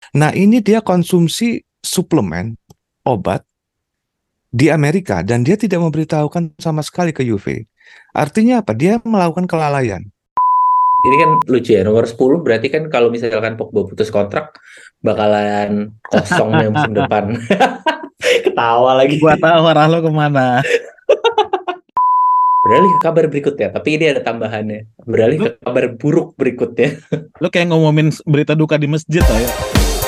Nah, ini dia konsumsi suplemen obat di Amerika dan dia tidak memberitahukan sama sekali ke Juve. Artinya apa? Dia melakukan kelalaian. Ini kan lucu ya, nomor 10 berarti kan kalau misalkan Pogba putus kontrak bakalan kosong nih musim depan. Ketawa lagi. Gua tahu arah lo kemana. Beralih ke kabar berikutnya, tapi ini ada tambahannya. Beralih ke Lu, kabar buruk berikutnya. lu kayak ngomongin berita duka di masjid lah ya.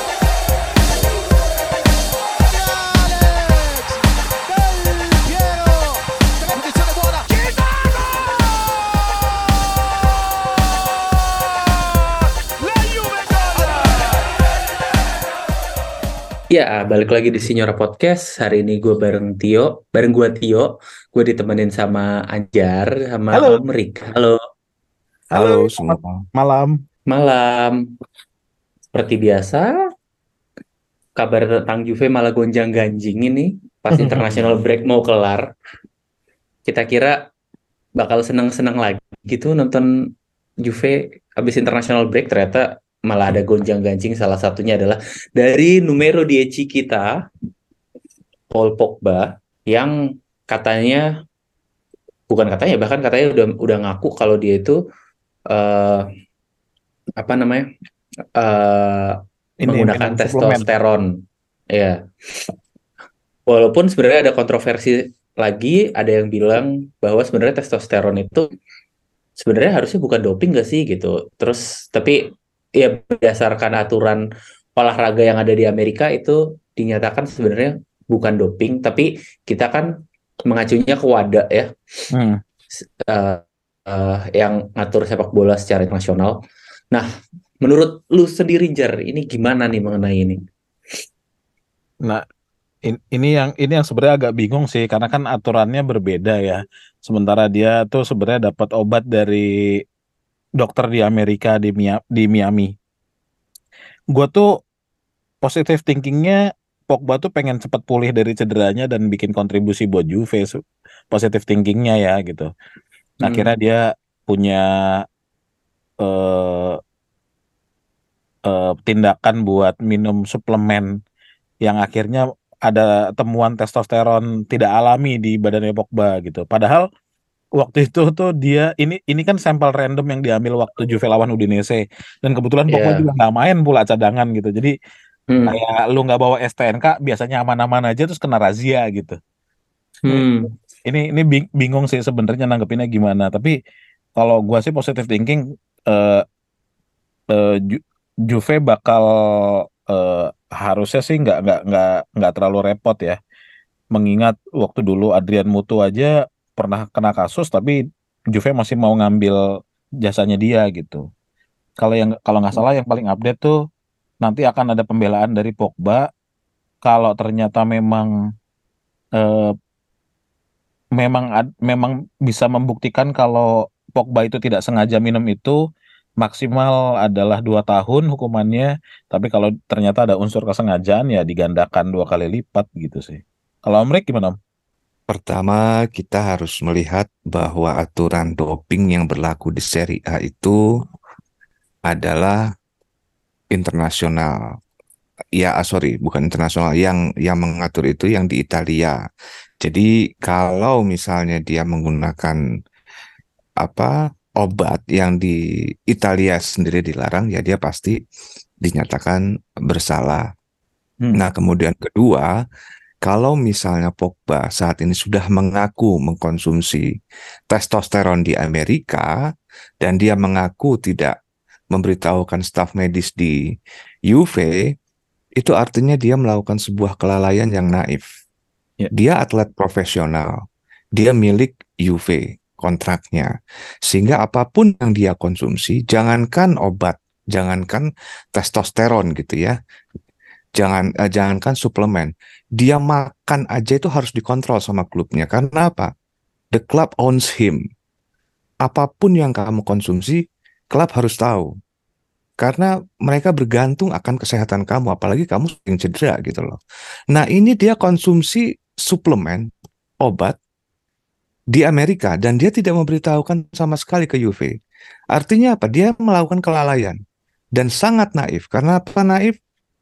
Ya, balik lagi di Sinyora Podcast. Hari ini gue bareng Tio, bareng gue Tio. Gue ditemenin sama Anjar, sama Halo, Amrik. Halo, halo, Halo selamat semua. malam. malam. Seperti biasa, kabar tentang Juve malah gonjang-ganjing ini. Pas international break mau kelar, kita kira bakal seneng-seneng lagi gitu nonton Juve habis international break. Ternyata malah ada gonjang-ganjing. Salah satunya adalah dari numero 10 kita, Paul Pogba, yang katanya bukan katanya bahkan katanya udah ngaku kalau dia itu eh, apa namanya eh, Ini menggunakan minum suplemen. testosteron ya, walaupun sebenarnya ada kontroversi lagi, ada yang bilang bahwa sebenarnya testosteron itu sebenarnya harusnya bukan doping gak sih gitu, terus tapi ya berdasarkan aturan olahraga yang ada di Amerika itu dinyatakan sebenarnya bukan doping, tapi kita kan mengacunya ke WADA ya, Hmm. eh, yang ngatur sepak bola secara internasional. Nah, menurut lu sendiri Jar, ini gimana nih mengenai ini? Nah, ini yang sebenarnya agak bingung sih karena kan aturannya berbeda ya. Sementara dia tuh sebenarnya dapat obat dari dokter di Amerika di Miami. Gua tuh positive thinkingnya Pogba tuh pengen cepat pulih dari cederanya dan bikin kontribusi buat Juve. Positive thinkingnya ya gitu. Akhirnya Hmm, dia punya eh, tindakan buat minum suplemen yang akhirnya ada temuan testosteron tidak alami di badannya Pogba gitu. Padahal waktu itu tuh dia ini kan sampel random yang diambil waktu Juve lawan Udinese dan kebetulan Pogba ya, juga nggak main pula cadangan gitu. Jadi hmm, kayak lu nggak bawa STNK biasanya aman-aman aja terus kena razia gitu. Ini hmm, ini bingung sih sebenarnya nanggepinnya gimana. Tapi kalau gua sih positive thinking eh, Juve bakal eh, harusnya sih nggak terlalu repot ya. Mengingat waktu dulu Adrian Mutu aja pernah kena kasus tapi Juve masih mau ngambil jasanya dia gitu. Kalau nggak salah yang paling update tuh nanti akan ada pembelaan dari Pogba kalau ternyata eh, memang bisa membuktikan kalau Pogba itu tidak sengaja minum itu maksimal adalah 2 tahun hukumannya, tapi kalau ternyata ada unsur kesengajaan ya digandakan 2 kali lipat gitu sih. Kalau Amrik gimana? Om? Pertama, kita harus melihat bahwa aturan doping yang berlaku di Serie A itu adalah internasional. Ya, sorry, bukan internasional. Yang mengatur itu yang di Italia. Jadi, kalau misalnya dia menggunakan obat yang di Italia sendiri dilarang, ya dia pasti dinyatakan bersalah. Hmm. Nah, kemudian kedua, kalau misalnya Pogba saat ini sudah mengaku mengkonsumsi testosteron di Amerika dan dia mengaku tidak memberitahukan staf medis di Juve, itu artinya dia melakukan sebuah kelalaian yang naif. Ya. Dia atlet profesional, dia milik Juve kontraknya, sehingga apapun yang dia konsumsi, jangankan obat, jangankan testosteron gitu ya, jangankan suplemen, dia makan aja itu harus dikontrol sama klubnya. Karena apa? The club owns him. Apapun yang kamu konsumsi, klub harus tahu. Karena mereka bergantung akan kesehatan kamu, apalagi kamu sering cedera gitu loh. Nah, ini dia konsumsi suplemen, obat di Amerika, dan dia tidak memberitahukan sama sekali ke Juve. Artinya apa? Dia melakukan kelalaian dan sangat naif. Karena apa naif?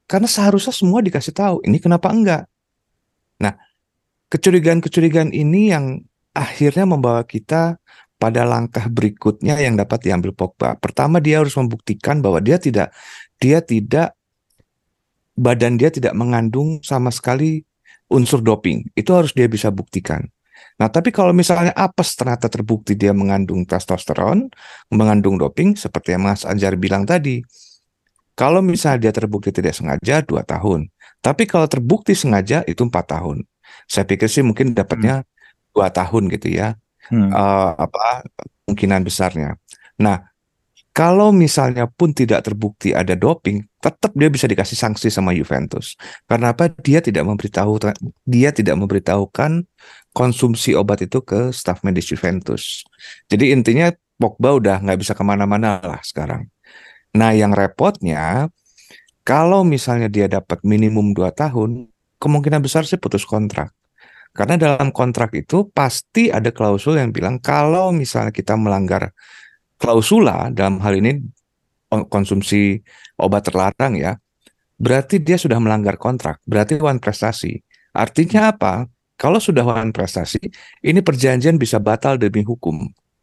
Karena seharusnya semua dikasih tahu, ini kenapa enggak? Nah, kecurigaan-kecurigaan ini yang akhirnya membawa kita pada langkah berikutnya yang dapat diambil Pogba. Pertama, dia harus membuktikan bahwa dia tidak badan dia tidak mengandung sama sekali unsur doping. Itu harus dia bisa buktikan. Nah, tapi kalau misalnya apes ternyata terbukti dia mengandung testosteron, mengandung doping, seperti yang Mas Anjar bilang tadi, kalau misalnya dia terbukti tidak sengaja, 2 tahun. Tapi kalau terbukti sengaja, itu 4 tahun. Saya pikir sih mungkin Hmm. dapatnya 2 tahun gitu ya, Hmm. kemungkinan besarnya. Nah, kalau misalnya pun tidak terbukti ada doping, tetap dia bisa dikasih sanksi sama Juventus. Karena apa? Dia tidak memberitahukan konsumsi obat itu ke staf medis Juventus. Jadi intinya Pogba udah nggak bisa kemana-mana lah sekarang. Nah, yang repotnya, kalau misalnya dia dapat minimum 2 tahun, kemungkinan besar sih putus kontrak. Karena dalam kontrak itu pasti ada klausul yang bilang kalau misalnya kita melanggar klausula, dalam hal ini konsumsi obat terlarang ya, berarti dia sudah melanggar kontrak, berarti wan prestasi. Artinya apa? Kalau sudah wan prestasi, ini perjanjian bisa batal demi hukum,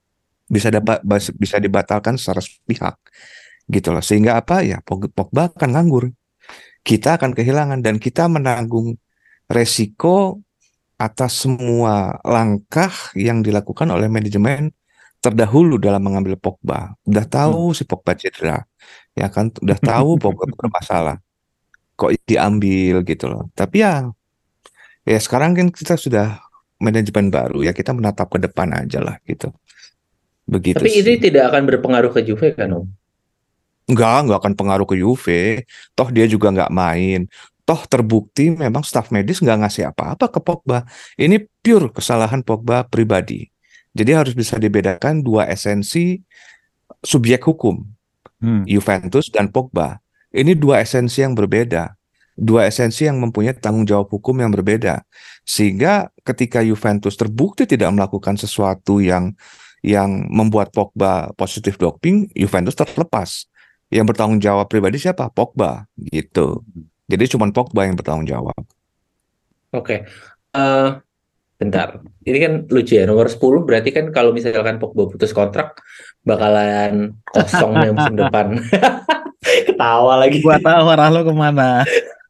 bisa dibatalkan secara sepihak, gitu loh. Sehingga apa ya? Pogba akan nganggur, kita akan kehilangan dan kita menanggung resiko atas semua langkah yang dilakukan oleh manajemen terdahulu dalam mengambil Pogba. Udah tahu si Pogba cedera, ya kan? Udah tahu Pogba bermasalah, kok diambil gitu loh. Tapi ya sekarang kan kita sudah manajemen baru ya, kita menatap ke depan aja lah gitu. Begitu Tapi ini sih. tidak akan berpengaruh ke Juve kan, Om? Nggak akan pengaruh ke Juve. Toh dia juga nggak main. Toh terbukti memang staf medis nggak ngasih apa-apa ke Pogba. Ini pure kesalahan Pogba pribadi. Jadi harus bisa dibedakan dua esensi subjek hukum, Juventus dan Pogba. Ini dua esensi yang berbeda. Dua esensi yang mempunyai tanggung jawab hukum yang berbeda. Sehingga ketika Juventus terbukti tidak melakukan sesuatu yang membuat Pogba positif doping, Juventus terlepas. Yang bertanggung jawab pribadi siapa? Pogba, gitu. Jadi cuma Pogba yang bertanggung jawab. Oke. Eh, bentar. Ini kan lucu ya, nomor 10 berarti kan kalau misalkan Pogba putus kontrak bakalan kosong nih musim depan. Ketawa lagi. Gua tahu arah lo kemana.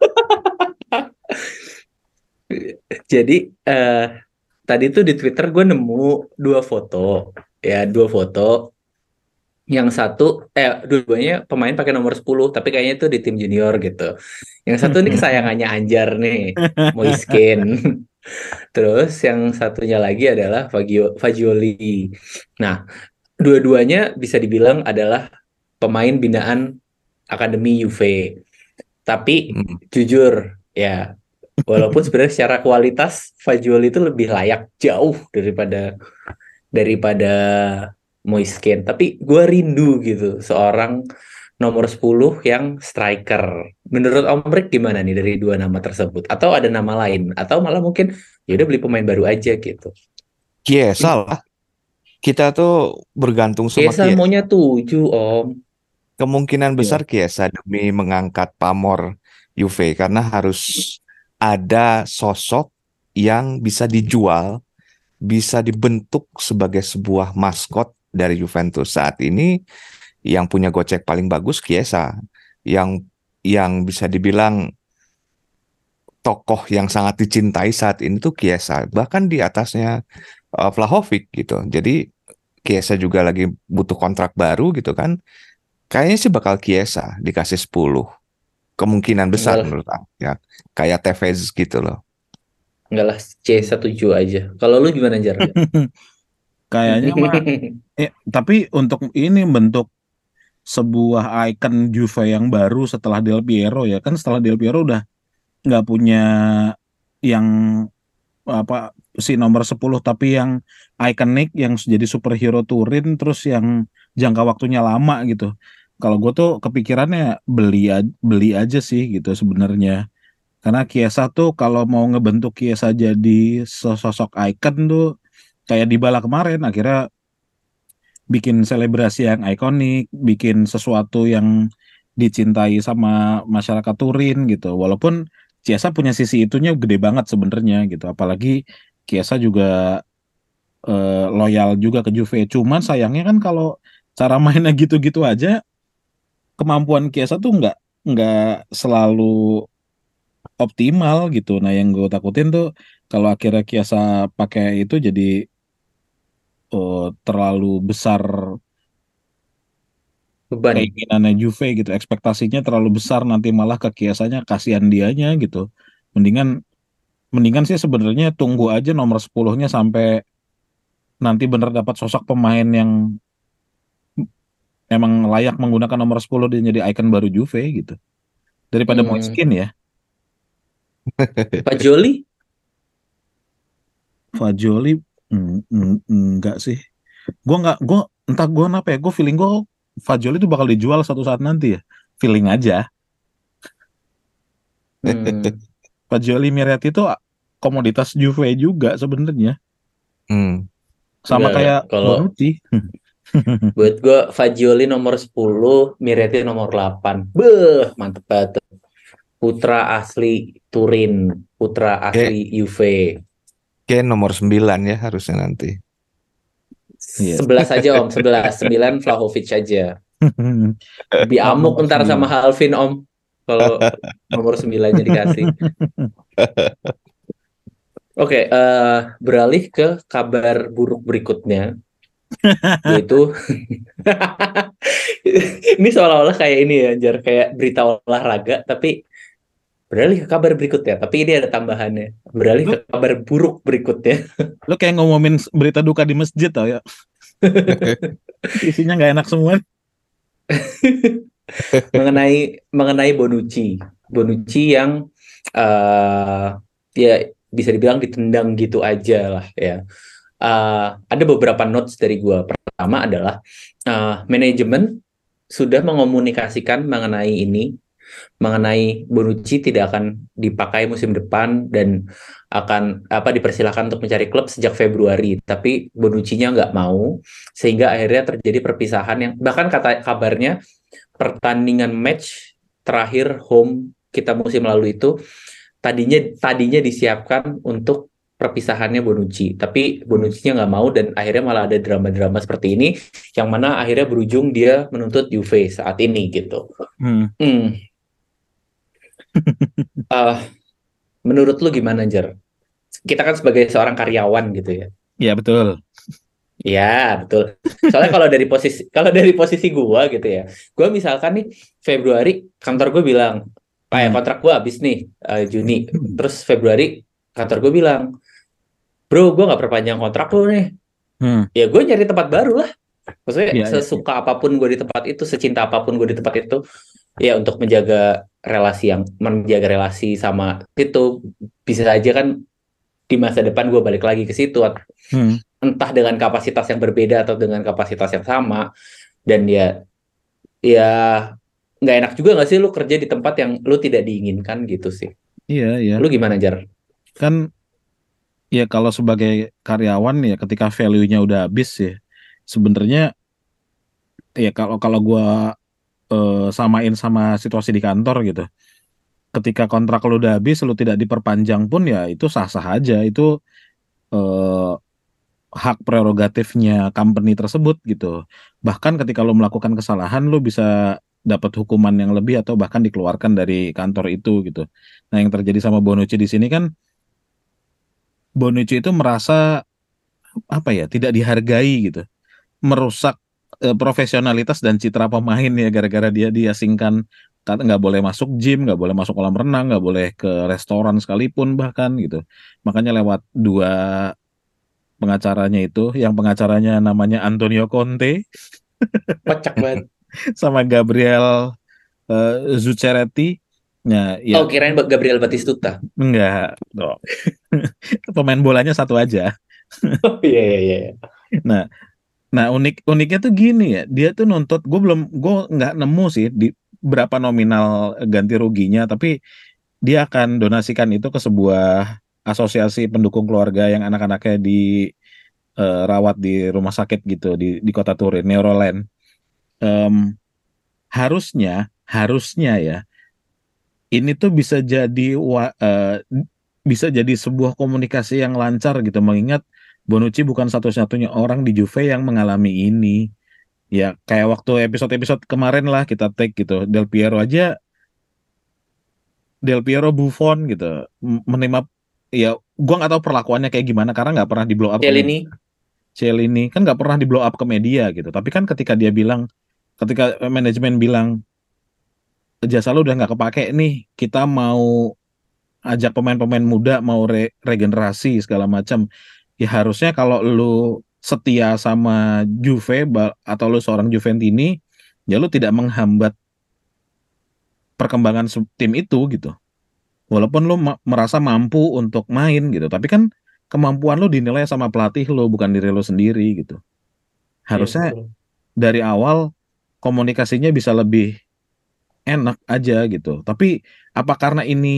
Jadi tadi tuh di Twitter gue nemu dua foto. Ya, dua foto. Yang satu, dua-duanya pemain pakai nomor 10, tapi kayaknya itu di tim junior gitu. Yang satu ini kesayangannya Anjar nih, Moiskin. Terus yang satunya lagi adalah Fagioli. Nah, dua-duanya bisa dibilang adalah pemain binaan Akademi Juve. Tapi Hmm. jujur, ya, walaupun sebenarnya secara kualitas Fagioli itu lebih layak jauh daripada Moiskin. Tapi gue rindu gitu seorang nomor 10 yang striker. Menurut Om Rick gimana nih dari dua nama tersebut? Atau ada nama lain? Atau malah mungkin ya udah beli pemain baru aja gitu. Chiesa lah. Kita tuh bergantung sama Chiesa Chiesa. maunya 7, Om. Kemungkinan besar Gimana? Chiesa demi mengangkat pamor Juve karena harus ada sosok yang bisa dijual, bisa dibentuk sebagai sebuah maskot dari Juventus saat ini. Yang punya gocek paling bagus Chiesa, yang bisa dibilang tokoh yang sangat dicintai saat ini tuh Chiesa, bahkan di atasnya Vlahovic gitu. Jadi Chiesa juga lagi butuh kontrak baru gitu kan. Kayaknya sih bakal Chiesa dikasih 10. Kemungkinan Enggak besar lah, menurut aku ya. Kayak Tevez gitu loh. enggak lah, Chiesa 7 aja. Kalau lu gimana, Jar? Kayaknya mah, tapi untuk ini bentuk sebuah ikon Juve yang baru setelah Del Piero ya kan, setelah Del Piero udah nggak punya yang apa si nomor 10 tapi yang ikonik yang jadi superhero Turin terus yang jangka waktunya lama gitu. Kalau gue tuh kepikirannya beli aja sih gitu sebenarnya. Karena Chiesa tuh kalau mau ngebentuk Chiesa jadi sosok ikon tuh kayak Dybala kemarin akhirnya bikin selebrasi yang ikonik, bikin sesuatu yang dicintai sama masyarakat Turin gitu. Walaupun Chiesa punya sisi itunya gede banget sebenarnya gitu. Apalagi Chiesa juga loyal juga ke Juve. Cuman sayangnya kan kalau cara mainnya gitu-gitu aja, kemampuan Chiesa tuh nggak selalu optimal gitu. Nah, yang gue takutin tuh kalau akhirnya Chiesa pakai itu jadi terlalu besar Beban. keinginannya Juve gitu, ekspektasinya terlalu besar nanti malah ke Chiesanya kasihan dianya gitu. Mendingan mendingan sih sebenarnya tunggu aja nomor 10-nya sampai nanti bener dapat sosok pemain yang emang layak menggunakan nomor 10 dan jadi ikon baru Juve gitu. Daripada Hmm. Moiskin ya. Pak Joli? Fagioli enggak sih. Gue entah gue kenapa ya, gue feeling gue Fagioli itu bakal dijual suatu saat nanti ya. Feeling aja. Hmm. Fagioli Miretti itu komoditas Juve juga sebenarnya. Hmm. Sama Enggak. kayak Kalau Bonucci. buat gue Fagioli nomor 10, Miretti nomor 8. Beuh, mantep banget. Putra asli Turin, putra Kayak, asli Juve. kayak nomor 9 ya harusnya nanti. Iya. 11 aja Om, 11. 9 Vlahovic aja. Oh, Diamuk nomor ntar sama 9. Alvin Om. Kalau nomor 9-nya dikasih. Oke, beralih ke kabar buruk berikutnya, yaitu ini seolah-olah kayak ini ya, Jar, kayak berita olahraga, tapi beralih ke kabar berikutnya. Tapi ini ada tambahannya. Beralih Lu, ke kabar buruk berikutnya. lu kayak ngomongin berita duka di masjid tau ya. Isinya nggak enak semua. mengenai Bonucci. Bonucci yang eh ya bisa dibilang ditendang gitu aja lah ya. Ada beberapa notes dari gua. Pertama adalah manajemen sudah mengomunikasikan mengenai ini, mengenai Bonucci tidak akan dipakai musim depan dan akan dipersilakan untuk mencari klub sejak Februari. Tapi Bonucci-nya nggak mau, sehingga akhirnya terjadi perpisahan yang bahkan kata kabarnya pertandingan match terakhir home kita musim lalu itu tadinya disiapkan untuk perpisahannya Bonucci, tapi Bonucci-nya nggak mau dan akhirnya malah ada drama-drama seperti ini yang mana akhirnya berujung dia menuntut Juve saat ini gitu. Hmm. Hmm. Uh, Menurut lu gimana, Jer? Kita kan sebagai seorang karyawan gitu ya. Ya betul. Ya, betul. Soalnya kalau dari posisi gua gitu ya. Gua misalkan nih Februari kantor gue bilang, Hmm. kontrak gua habis nih Juni. Terus Februari kantor gue bilang, "Bro, gua nggak perpanjang kontrak lu nih." Hmm. Ya gue nyari tempat baru lah. Maksudnya Ya, ya, ya. sesuka apapun gue di tempat itu, secinta apapun gue di tempat itu, ya untuk menjaga relasi sama itu bisa aja kan di masa depan gue balik lagi ke situ, Hmm. entah dengan kapasitas yang berbeda atau dengan kapasitas yang sama. Dan ya nggak enak juga nggak sih lu kerja di tempat yang lu tidak diinginkan gitu sih. Iya, iya. Lu gimana, Jar? Kan ya kalau sebagai karyawan ya ketika value-nya udah habis ya. Sebenarnya ya kalau kalau gua samain sama situasi di kantor gitu. Ketika kontrak lu udah habis, lu tidak diperpanjang pun ya itu sah-sah aja. Itu eh, hak prerogatifnya company tersebut gitu. Bahkan ketika lu melakukan kesalahan, lu bisa dapat hukuman yang lebih atau bahkan dikeluarkan dari kantor itu gitu. Nah, yang terjadi sama Bonucci di sini kan Bonucci itu merasa apa ya, tidak dihargai gitu. Merusak profesionalitas dan citra pemain ya gara-gara dia diasingkan, nggak boleh masuk gym, nggak boleh masuk kolam renang, nggak boleh ke restoran sekalipun bahkan gitu. Makanya lewat dua pengacaranya itu, yang pengacaranya namanya Antonio Conte Kocak banget. sama Gabriel Zuccheretti. Ya, ya Oh, kirain Gabriel Batistuta. enggak dong. Pemain bolanya satu aja. Oh, iya, iya, iya. Nah, nah uniknya tuh gini ya, dia tuh nuntut, gue nggak nemu sih di berapa nominal ganti ruginya, tapi dia akan donasikan itu ke sebuah asosiasi pendukung keluarga yang anak-anaknya dirawat di rumah sakit gitu di kota Turin, Neuroland. Em, Harusnya harusnya ya ini tuh bisa jadi sebuah komunikasi yang lancar gitu, mengingat Bonucci bukan satu-satunya orang di Juve yang mengalami ini. Ya kayak waktu episode-episode kemarin lah kita take gitu, Del Piero Buffon gitu menerima, ya gua nggak tahu perlakuannya kayak gimana karena nggak pernah di blow up ke media. Cielini, Cielini kan nggak pernah di blow up ke media gitu, tapi kan ketika manajemen bilang jasa lu udah nggak kepake nih, kita mau ajak pemain-pemain muda, mau regenerasi segala macam, ya harusnya kalau lu setia sama Juve atau lu seorang Juventini, ya lu tidak menghambat perkembangan tim itu gitu. Walaupun lu merasa mampu untuk main gitu, tapi kan kemampuan lu dinilai sama pelatih lu, bukan diri lu sendiri gitu. iya Harusnya betul. dari awal komunikasinya bisa lebih enak aja gitu. Tapi apa karena ini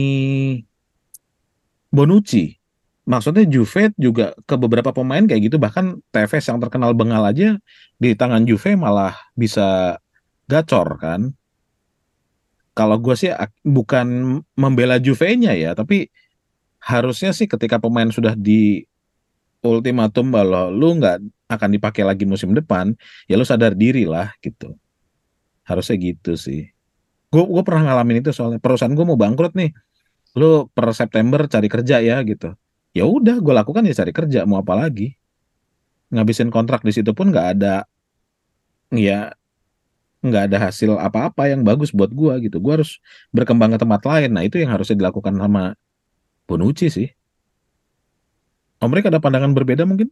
Bonucci? Maksudnya Juve juga ke beberapa pemain kayak gitu, bahkan Tevez yang terkenal bengal aja di tangan Juve malah bisa gacor kan. Kalau gue sih bukan membela Juve-nya ya, tapi harusnya sih ketika pemain sudah di ultimatum bahwa lu nggak akan dipakai lagi musim depan, ya lu sadar diri lah gitu. Harusnya gitu sih. Gue pernah ngalamin itu, soalnya perusahaan gue mau bangkrut nih. Lu per September cari kerja ya gitu. Ya udah, gue lakukan ya cari kerja, mau apa lagi? Ngabisin kontrak di situ pun ya nggak ada hasil apa-apa yang bagus buat gue gitu. Gue harus berkembang ke tempat lain. Nah itu yang harusnya dilakukan sama Bonucci sih. Om Rek ada pandangan berbeda mungkin?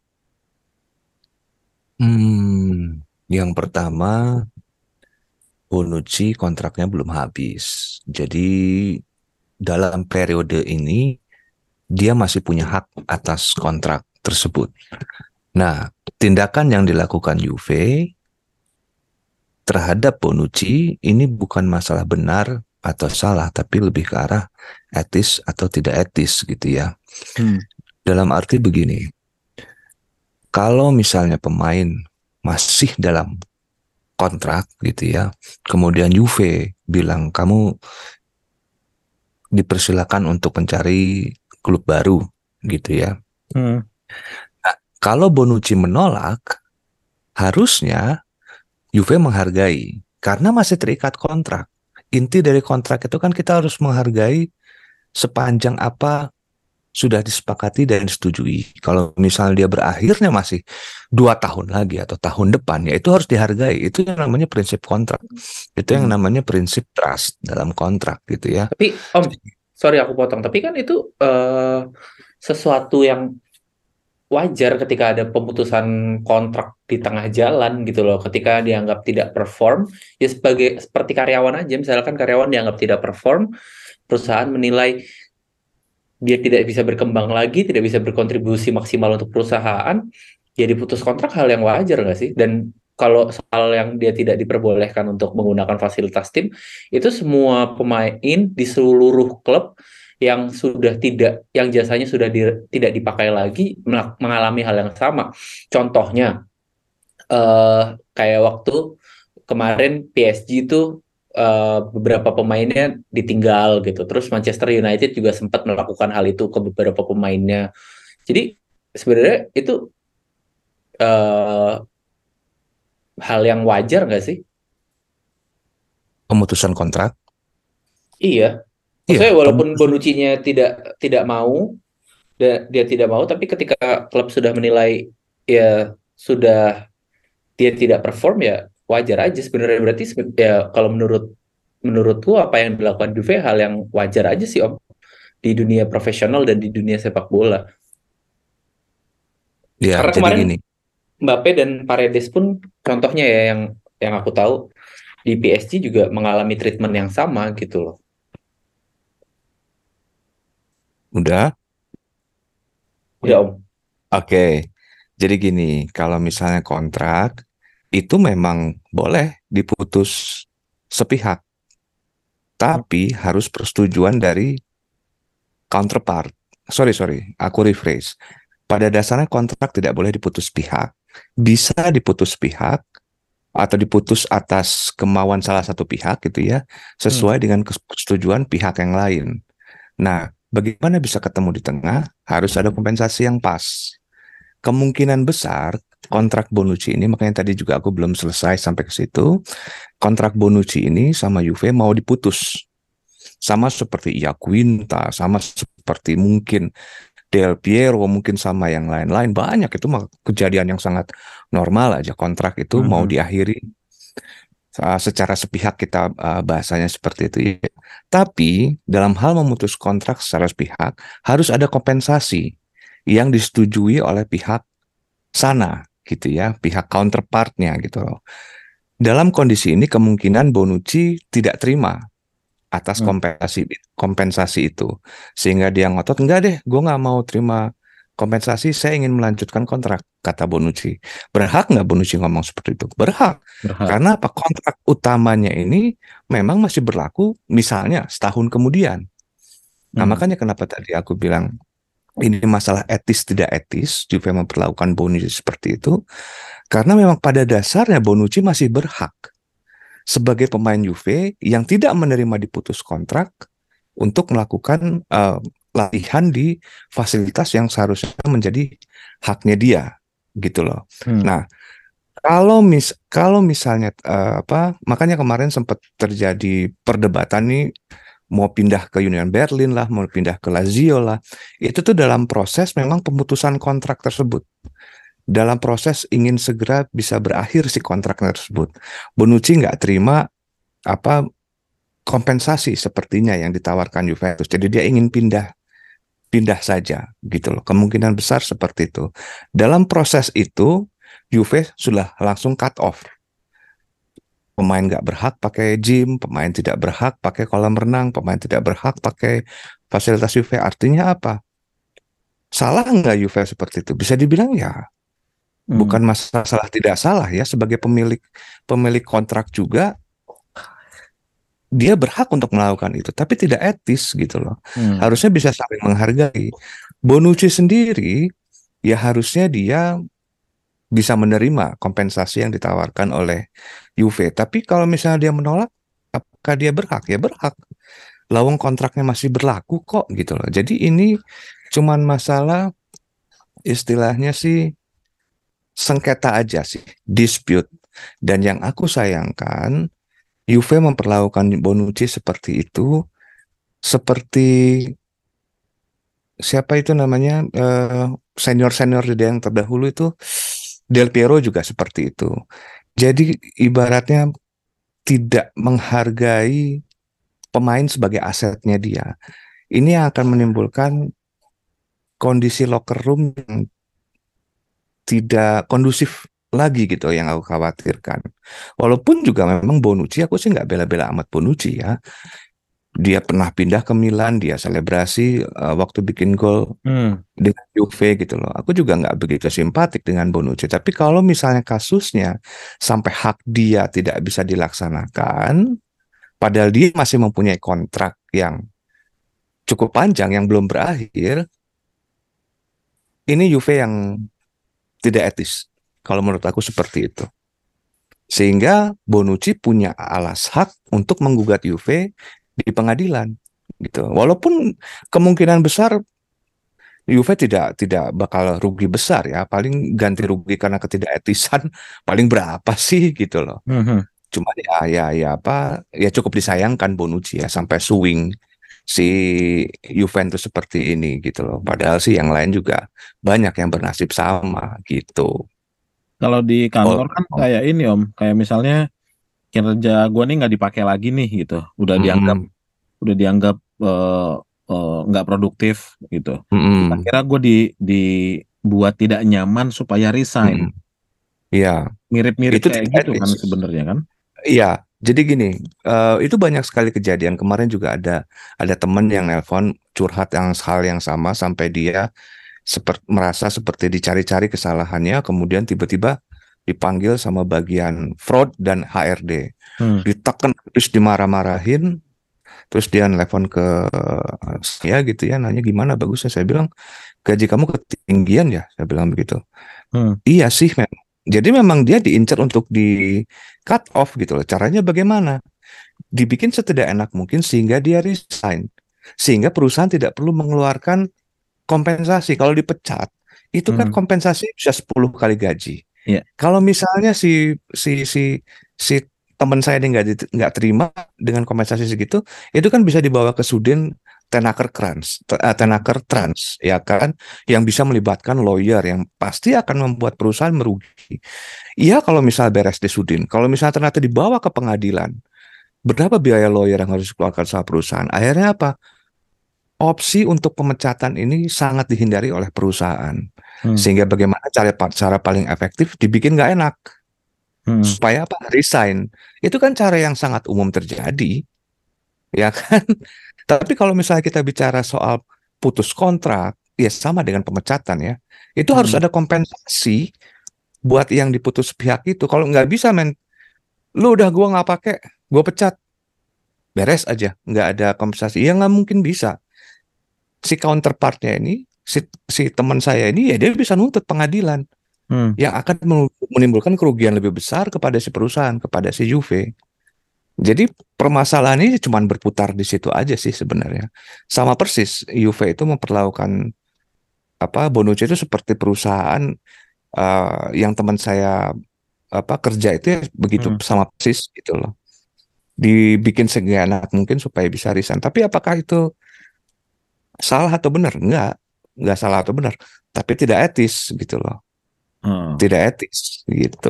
Yang pertama, Bonucci kontraknya belum habis. Jadi dalam periode ini dia masih punya hak atas kontrak tersebut. Nah, tindakan yang dilakukan Juve terhadap Bonucci ini bukan masalah benar atau salah, tapi lebih ke arah etis atau tidak etis gitu ya. Dalam arti begini, kalau misalnya pemain masih dalam kontrak gitu ya, kemudian Juve bilang kamu dipersilakan untuk mencari klub baru gitu ya. Nah, kalau Bonucci menolak, harusnya Juve menghargai karena masih terikat kontrak. Inti dari kontrak itu kan kita harus menghargai sepanjang apa sudah disepakati dan disetujui. Kalau misalnya dia berakhirnya masih 2 tahun lagi atau tahun depan, ya itu harus dihargai. Itu yang namanya prinsip kontrak. Itu yang namanya prinsip trust dalam kontrak gitu ya. Tapi Om, sorry aku potong. Tapi kan itu sesuatu yang wajar ketika ada pemutusan kontrak di tengah jalan gitu loh. Ketika dianggap tidak perform, ya seperti karyawan aja. Misalkan karyawan dianggap tidak perform, perusahaan menilai dia tidak bisa berkembang lagi, tidak bisa berkontribusi maksimal untuk perusahaan, ya diputus kontrak, hal yang wajar nggak sih? Dan kalau soal yang dia tidak diperbolehkan untuk menggunakan fasilitas tim, itu semua pemain di seluruh klub yang jasanya sudah tidak dipakai lagi mengalami hal yang sama. Contohnya, kayak waktu kemarin PSG itu beberapa pemainnya ditinggal gitu. Terus Manchester United juga sempat melakukan hal itu ke beberapa pemainnya. Jadi sebenarnya itu hal yang wajar nggak sih? Pemutusan kontrak. Iya. Maksudnya Iya, walaupun Bonucci-nya tidak mau, dia tidak mau, tapi ketika klub sudah menilai ya sudah dia tidak perform, ya wajar aja sebenarnya. Berarti ya kalau menurutku apa yang dilakukan Juve hal yang wajar aja sih Om, di dunia profesional dan di dunia sepak bola. ya Karena jadi kemarin gini. Mbappe dan Paredes pun contohnya ya yang aku tahu di PSG juga mengalami treatment yang sama gitu loh. Udah? Udah Om. Oke. Jadi gini, kalau misalnya kontrak itu memang boleh diputus sepihak, tapi harus persetujuan dari counterpart. Sorry, aku rephrase. Pada dasarnya kontrak tidak boleh diputus pihak. Bisa diputus pihak atau diputus atas kemauan salah satu pihak gitu ya, sesuai dengan kesetujuan pihak yang lain. Nah, bagaimana bisa ketemu di tengah? Harus ada kompensasi yang pas. Kemungkinan besar kontrak Bonucci ini, makanya tadi juga aku belum selesai sampai ke situ, kontrak Bonucci ini sama Juve mau diputus. Sama seperti Iaquinta, sama seperti mungkin Del Piero, mungkin sama yang lain-lain. Banyak itu kejadian yang sangat normal aja. Kontrak itu mau diakhiri secara sepihak, kita bahasanya seperti itu ya. Tapi dalam hal memutus kontrak secara sepihak harus ada kompensasi yang disetujui oleh pihak sana gitu ya, pihak counterpartnya gitu loh. Dalam kondisi ini kemungkinan Bonucci tidak terima atas kompensasi itu, sehingga dia ngotot, enggak deh, gue nggak mau terima kompensasi, saya ingin melanjutkan kontrak, kata Bonucci. Berhak nggak Bonucci ngomong seperti itu? Berhak. Karena apa? Kontrak utamanya ini memang masih berlaku misalnya setahun kemudian. Nah, makanya kenapa tadi aku bilang ini masalah etis tidak etis, Juve memperlakukan Bonucci seperti itu, karena memang pada dasarnya Bonucci masih berhak sebagai pemain Juve yang tidak menerima diputus kontrak untuk melakukan latihan di fasilitas yang seharusnya menjadi haknya dia, gitu loh. Nah, kalau misalnya makanya kemarin sempat terjadi perdebatan nih, mau pindah ke Union Berlin lah, mau pindah ke Lazio lah, itu tuh dalam proses memang pemutusan kontrak tersebut. Dalam proses ingin segera bisa berakhir si kontrak tersebut. Bonucci nggak terima kompensasi sepertinya yang ditawarkan Juventus. Jadi dia ingin pindah saja gitu loh. Kemungkinan besar seperti itu. Dalam proses itu Juve sudah langsung cut off. Pemain nggak berhak pakai gym, pemain tidak berhak pakai kolam renang, pemain tidak berhak pakai fasilitas Juve. Artinya apa? Salah nggak Juve seperti itu? Bisa dibilang ya, bukan masalah tidak salah ya, sebagai pemilik kontrak juga dia berhak untuk melakukan itu, tapi tidak etis gitu loh. Harusnya bisa saling menghargai. Bonucci sendiri ya harusnya dia bisa menerima kompensasi yang ditawarkan oleh Juve. Tapi kalau misalnya dia menolak, apakah dia berhak? Ya berhak. Lawang kontraknya masih berlaku kok gitu loh. Jadi ini cuman masalah istilahnya sih sengketa aja sih, dispute. Dan yang aku sayangkan, Juve memperlakukan Bonucci seperti itu, seperti siapa itu namanya, senior-senior dia yang terdahulu itu, Del Piero juga seperti itu. Jadi ibaratnya tidak menghargai pemain sebagai asetnya dia. Ini yang akan menimbulkan kondisi locker room yang tidak kondusif lagi gitu yang aku khawatirkan. Walaupun juga memang Bonucci, aku sih nggak bela-bela amat Bonucci ya. Dia pernah pindah ke Milan, dia selebrasi waktu bikin gol dengan Juve gitu loh. Aku juga nggak begitu simpatik dengan Bonucci. Tapi kalau misalnya kasusnya sampai hak dia tidak bisa dilaksanakan, padahal dia masih mempunyai kontrak yang cukup panjang yang belum berakhir, ini Juve yang tidak etis. Kalau menurut aku seperti itu. Sehingga Bonucci punya hak untuk menggugat Juve di pengadilan gitu. Walaupun kemungkinan besar Juve tidak bakal rugi besar ya, paling ganti rugi karena ketidaketisan paling berapa sih gitu loh. Cuma ya cukup disayangkan Bonucci ya sampai swing si Juventus seperti ini gitu loh. Padahal sih yang lain juga banyak yang bernasib sama gitu. Kalau di kantor kan kayak ini Om, kayak misalnya kinerja gue nih nggak dipakai lagi nih gitu, udah dianggap nggak produktif gitu. Akhirnya gue dibuat tidak nyaman supaya resign. Iya. Mirip-mirip Itu kayak tidak gitu kan etis. sebenarnya kan? Iya, jadi gini, itu banyak sekali kejadian. Kemarin juga ada teman yang nelpon curhat hal yang sama sampai dia merasa seperti dicari-cari kesalahannya, kemudian tiba-tiba dipanggil sama bagian fraud dan HRD, ditekan terus dimarah-marahin, terus dia nelpon ke saya gitu ya, nanya gimana bagusnya. Saya bilang gaji kamu ketinggian ya, saya bilang begitu. Iya sih, Jadi memang dia diincar untuk di cut off gitu loh. Caranya bagaimana? Dibikin setidak enak mungkin sehingga dia resign. Sehingga perusahaan tidak perlu mengeluarkan kompensasi. Kalau dipecat, itu kan Hmm. kompensasi bisa 10 kali gaji. Iya. Kalau misalnya si teman saya ini nggak terima dengan kompensasi segitu, itu kan bisa dibawa ke Sudin Tenaker Trans, ya kan, yang bisa melibatkan lawyer yang pasti akan membuat perusahaan merugi. Iya, kalau misal beres di Sudin, kalau misalnya ternyata dibawa ke pengadilan, berapa biaya lawyer yang harus dikeluarkan sama perusahaan? Akhirnya apa? Opsi untuk pemecatan ini sangat dihindari oleh perusahaan. Hmm. Sehingga bagaimana cara paling efektif dibikin nggak enak. Hmm. Supaya apa? Resign. Itu kan cara yang sangat umum terjadi, ya kan? Tapi kalau misalnya kita bicara soal putus kontrak, ya sama dengan pemecatan ya. Itu harus Hmm. ada kompensasi buat yang diputus pihak itu. Kalau nggak bisa, men, lu udah gua nggak pakai, gua pecat, beres aja, nggak ada kompensasi. Ya nggak mungkin bisa. Si counterpartnya ini, si teman saya ini, ya dia bisa nuntut pengadilan Hmm. yang akan menimbulkan kerugian lebih besar kepada si perusahaan, kepada si Juve. Jadi permasalahan ini cuma berputar di situ aja sih sebenarnya. Sama persis, Juve itu memperlakukan Bonucci itu seperti perusahaan yang teman saya kerja itu ya begitu Hmm. sama persis gitu loh. Dibikin seenak mungkin supaya bisa resign. Tapi apakah itu salah atau benar? Enggak salah atau benar, tapi tidak etis gitu loh. Hmm. Tidak etis gitu.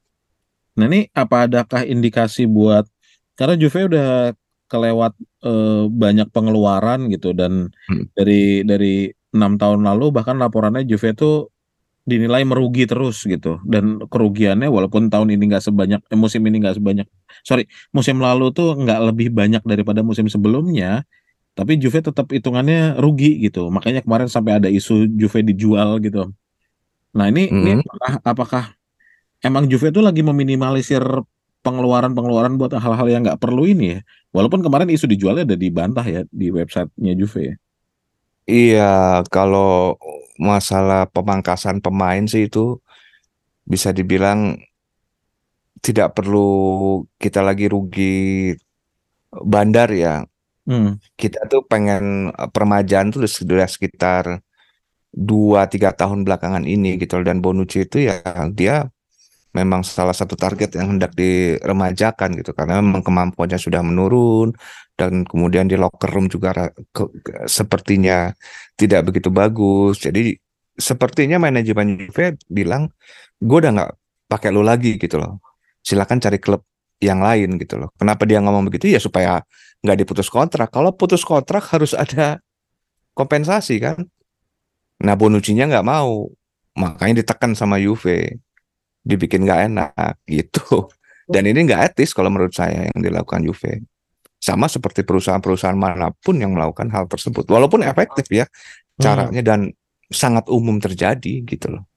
Nah ini apa adakah indikasi buat karena Juve udah kelewat banyak pengeluaran gitu dan Hmm. dari 6 tahun lalu bahkan laporannya Juve itu dinilai merugi terus gitu dan kerugiannya walaupun tahun ini nggak sebanyak musim ini nggak sebanyak musim lalu tuh nggak lebih banyak daripada musim sebelumnya tapi Juve tetap hitungannya rugi gitu makanya kemarin sampai ada isu Juve dijual gitu. Nah ini Hmm. apakah emang Juve itu lagi meminimalisir pengeluaran-pengeluaran buat hal-hal yang nggak perlu ini ya. Walaupun kemarin isu dijualnya ada dibantah ya di websitenya Juve ya. Iya, kalau masalah pemangkasan pemain sih itu bisa dibilang tidak perlu kita lagi rugi bandar ya. Hmm. Kita tuh pengen permajaan tuh sudah sekitar 2-3 tahun belakangan ini gitu loh. Dan Bonucci itu ya dia memang salah satu target yang hendak diremajakan gitu karena memang kemampuannya sudah menurun dan kemudian di locker room juga sepertinya tidak begitu bagus. Jadi sepertinya manajemen Juve bilang gue udah nggak pakai lo lagi gitu loh. Silakan cari klub yang lain gitu loh. Kenapa dia ngomong begitu? Ya supaya nggak diputus kontrak. Kalau putus kontrak harus ada kompensasi kan. Nah Bonucci-nya nggak mau, makanya ditekan sama Juve, dibikin nggak enak gitu. Dan ini nggak etis kalau menurut saya yang dilakukan Juve. Sama seperti perusahaan-perusahaan manapun yang melakukan hal tersebut. Walaupun efektif ya Hmm. caranya dan sangat umum terjadi gitu loh.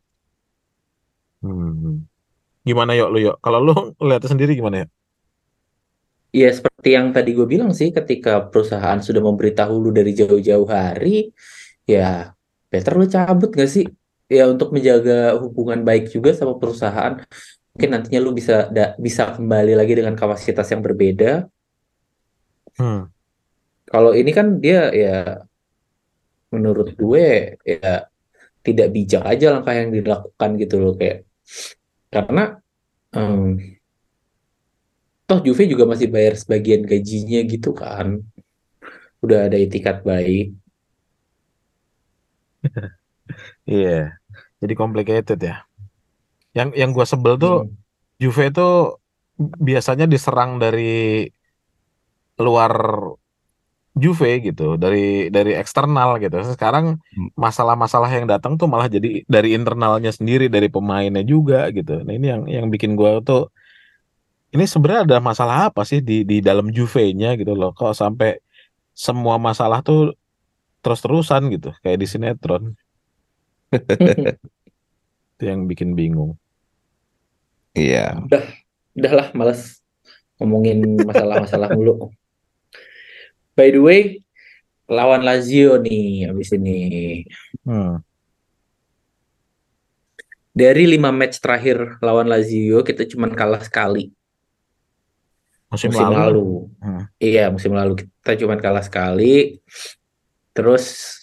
Hmm. Gimana yuk lu yuk? Kalau lu lihat sendiri gimana ya? Ya seperti yang tadi gue bilang sih, ketika perusahaan sudah memberitahu lu dari jauh-jauh hari, ya better lu cabut gak sih? Ya untuk menjaga hubungan baik juga sama perusahaan. Mungkin nantinya lu bisa kembali lagi dengan kapasitas yang berbeda. Hmm. Kalau ini kan dia ya menurut gue ya tidak bijak aja langkah yang dilakukan gitu loh, kayak karena em, toh Juve juga masih bayar sebagian gajinya gitu kan. Udah ada itikat baik. Iya, jadi complicated ya. Yang gue sebel tuh Hmm. Juve itu biasanya diserang dari luar Juve gitu, dari eksternal gitu. Sekarang masalah-masalah yang datang tuh malah jadi dari internalnya sendiri, dari pemainnya juga gitu. Nah ini yang bikin gue tuh ini sebenarnya ada masalah apa sih di dalam Juve-nya gitu loh. Kok sampai semua masalah tuh terus-terusan gitu, kayak di sinetron. Itu yang bikin bingung. Iya. Udah, udahlah, males ngomongin masalah-masalah mulu. By the way, lawan Lazio nih habis ini. Hmm. Dari 5 match terakhir lawan Lazio kita cuma kalah sekali Musim musim lalu. lalu. Hmm. Iya, musim lalu kita cuma kalah sekali. Terus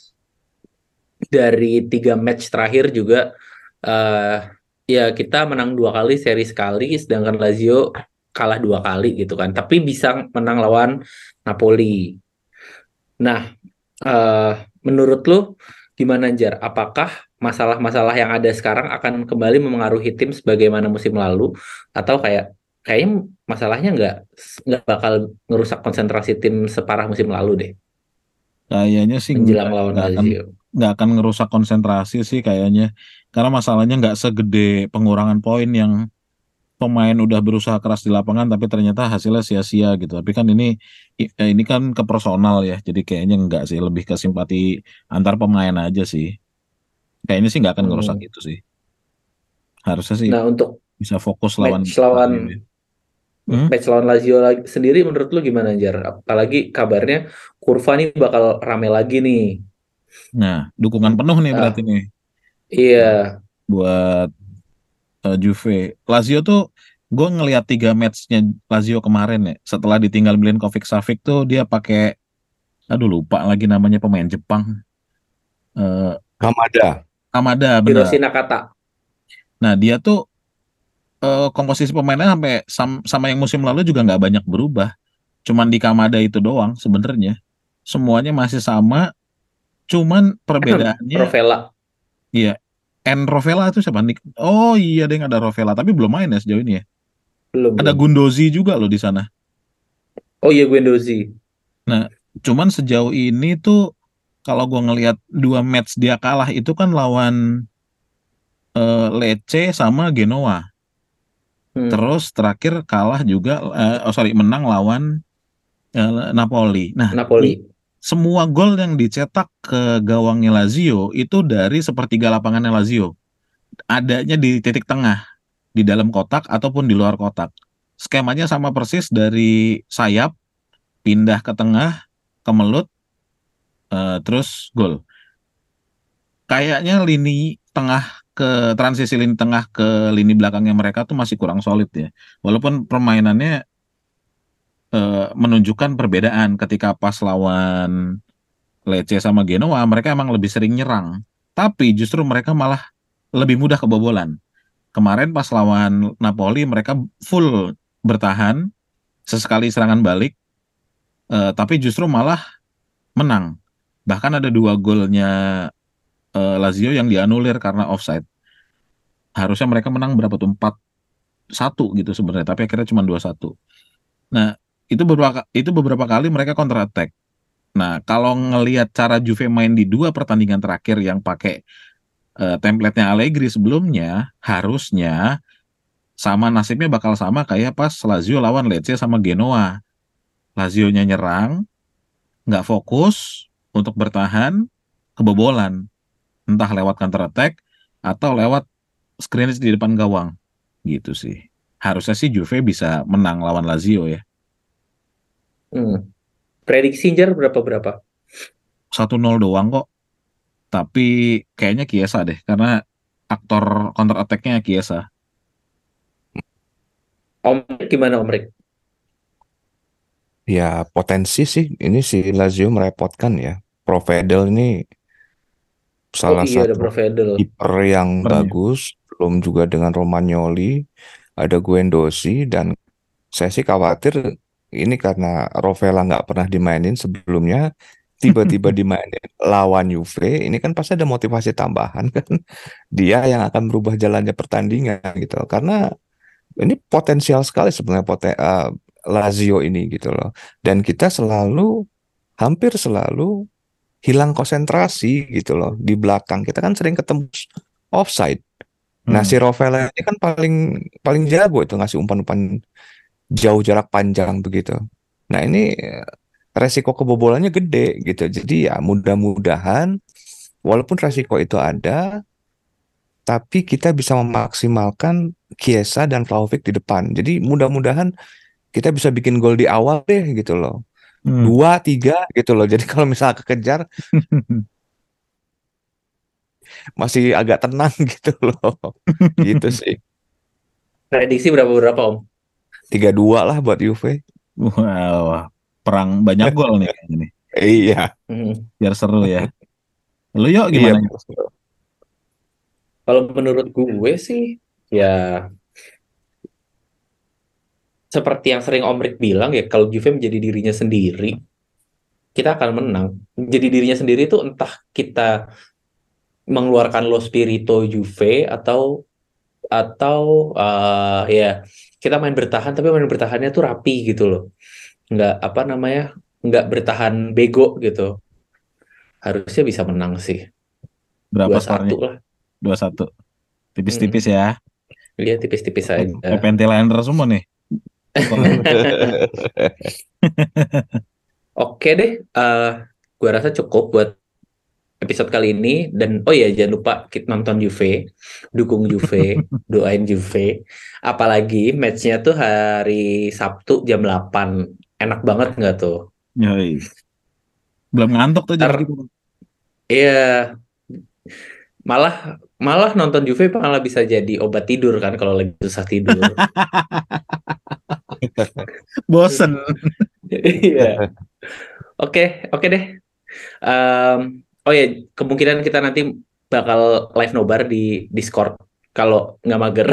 dari 3 match terakhir juga eh ya kita menang 2 kali, seri sekali, sedangkan Lazio kalah 2 kali gitu kan. Tapi bisa menang lawan Napoli. Nah, eh menurut lu gimana Jar? Apakah masalah-masalah yang ada sekarang akan kembali memengaruhi tim sebagaimana musim lalu, atau kayaknya masalahnya nggak bakal ngerusak konsentrasi tim separah musim lalu deh Kayaknya sih menjelang lawan Lazio? nggak akan ngerusak konsentrasi sih kayaknya. Karena masalahnya nggak segede pengurangan poin yang pemain udah berusaha keras di lapangan tapi ternyata hasilnya sia-sia gitu. Tapi kan ini kan ke personal ya. Jadi kayaknya nggak sih, lebih ke simpati antar pemain aja sih. Kayaknya sih nggak akan ngerusak Hmm. itu sih. Harusnya sih Nah, untuk bisa fokus lawan match lawan Lazio ya. Hmm? match lawan Lazio sendiri menurut lu gimana Jar? Apalagi kabarnya kurva nih bakal rame lagi nih. Nah, dukungan penuh nih berarti Ah, nih buat iya, buat Juve. Lazio tuh gue ngelihat 3 matchnya Lazio kemarin ya. Setelah ditinggal Milinkovic Savic tuh dia pakai, aduh lupa lagi namanya pemain Jepang. Eh, Kamada. Kamada Hiroshi bener. Nakata. Nah dia tuh komposisi pemainnya sampai sama yang musim lalu juga nggak banyak berubah. Cuman di Kamada itu doang sebenarnya. Semuanya masih sama. Cuman perbedaannya, Rovella iya. Rovella itu siapa? Oh iya deh ada Rovella tapi belum main ya sejauh ini ya. belum Ada belum. Gundozi juga loh di sana. Oh iya, Guendouzi. Nah, cuman sejauh ini tuh kalau gua ngelihat 2 match dia kalah itu kan lawan Lecce sama Genoa. Hmm, Terus terakhir kalah juga, menang lawan Napoli. Nah, Napoli. semua gol yang dicetak ke gawangnya Lazio itu dari sepertiga lapangannya Lazio. Adanya di titik tengah, di dalam kotak ataupun di luar kotak. Skemanya sama persis dari sayap, pindah ke tengah, ke melut, terus gol. Kayaknya lini tengah transisi lini tengah ke lini belakangnya mereka tuh masih kurang solid ya. Walaupun permainannya menunjukkan perbedaan ketika pas lawan Lecce sama Genoa, mereka emang lebih sering nyerang. Tapi justru mereka malah lebih mudah kebobolan. Kemarin pas lawan Napoli mereka full bertahan, sesekali serangan balik, tapi justru malah menang. Bahkan ada 2 golnya Lazio yang dianulir karena offside. Harusnya mereka menang berapa tuh? 4-1 gitu sebenarnya, tapi akhirnya cuma 2-1. Nah, itu beberapa kali mereka counter attack. Nah, kalau ngelihat cara Juve main di 2 pertandingan terakhir yang pakai template-nya Allegri sebelumnya, harusnya sama nasibnya bakal sama kayak pas Lazio lawan Lecce sama Genoa. Lazio-nya nyerang, nggak fokus untuk bertahan, kebobolan. Entah lewat counter attack atau lewat scrimmage di depan gawang. Gitu sih. Harusnya sih Juve bisa menang lawan Lazio ya. Hmm. Prediksi Jar berapa-berapa? 1-0 doang kok. Tapi kayaknya Chiesa deh. Karena aktor counter attack-nya Chiesa. Om Rick gimana Om Rick? Ya potensi sih ini si Lazio merepotkan ya. Provedel ini Oh salah iya, ada satu Provedel. kiper yang Kipernya. bagus, belum juga dengan Romagnoli, ada Guendouzi dan saya sih khawatir ini karena Rovella nggak pernah dimainin sebelumnya, tiba-tiba dimainin lawan Juve, ini kan pasti ada motivasi tambahan kan, dia yang akan merubah jalannya pertandingan gitu loh. Karena ini potensial sekali sebenarnya Lazio ini gitu loh. Dan kita hampir selalu hilang konsentrasi gitu loh di belakang. Kita kan sering ketemu offside. Nah, si Hmm. Rovella ini kan paling paling jago itu ngasih umpan-umpan jauh jarak panjang begitu. Nah, ini resiko kebobolannya gede gitu. Jadi ya mudah-mudahan walaupun resiko itu ada, tapi kita bisa memaksimalkan Chiesa dan Vlahovic di depan. Jadi mudah-mudahan kita bisa bikin gol di awal deh gitu loh. Hmm. 2, 3 gitu loh. Jadi kalau misalnya kekejar masih agak tenang gitu loh. Gitu sih. Prediksi berapa Om? 3-2 lah buat Juve. Wow, perang banyak gol nih kayaknya nih. Iya. Biar seru ya. Lu yuk Iya. gimana? Kalau menurut gue sih ya seperti yang sering Om Rick bilang ya, kalau Juve menjadi dirinya sendiri, kita akan menang. Jadi dirinya sendiri itu entah kita mengeluarkan lo spirito Juve atau ya kita main bertahan, tapi main bertahannya tuh rapi gitu loh. Nggak bertahan bego gitu. Harusnya bisa menang sih. Berapa 2-1 skornya? lah. 2-1. Tipis-tipis ya. Iya, tipis-tipis aja. PP liner semua nih. Oke deh, gua rasa cukup buat episode kali ini. Dan oh ya, jangan lupa kita nonton Juve, dukung Juve, doain Juve. Apalagi matchnya tuh hari Sabtu jam 8. Enak banget nggak tuh? Yoi. Belum ngantuk tuh jam Ntar- gitu. Iya, malah nonton Juve malah bisa jadi obat tidur kan kalau lagi susah tidur. Bosen. Iya. Oke deh. Oh ya, kemungkinan kita nanti bakal live nobar di Discord kalau nggak mager.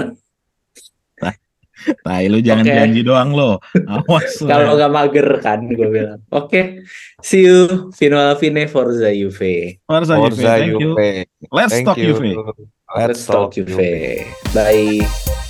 Nah, lu jangan Oke. janji doang lo. Awas lo. Kalau nggak mager kan, gue bilang. Oke, see you. Fino Alvine, Forza Juve. Forza Juve. Forza Thank you. Juve. Let's Thank talk you. Juve. Let's talk Juve. Bye.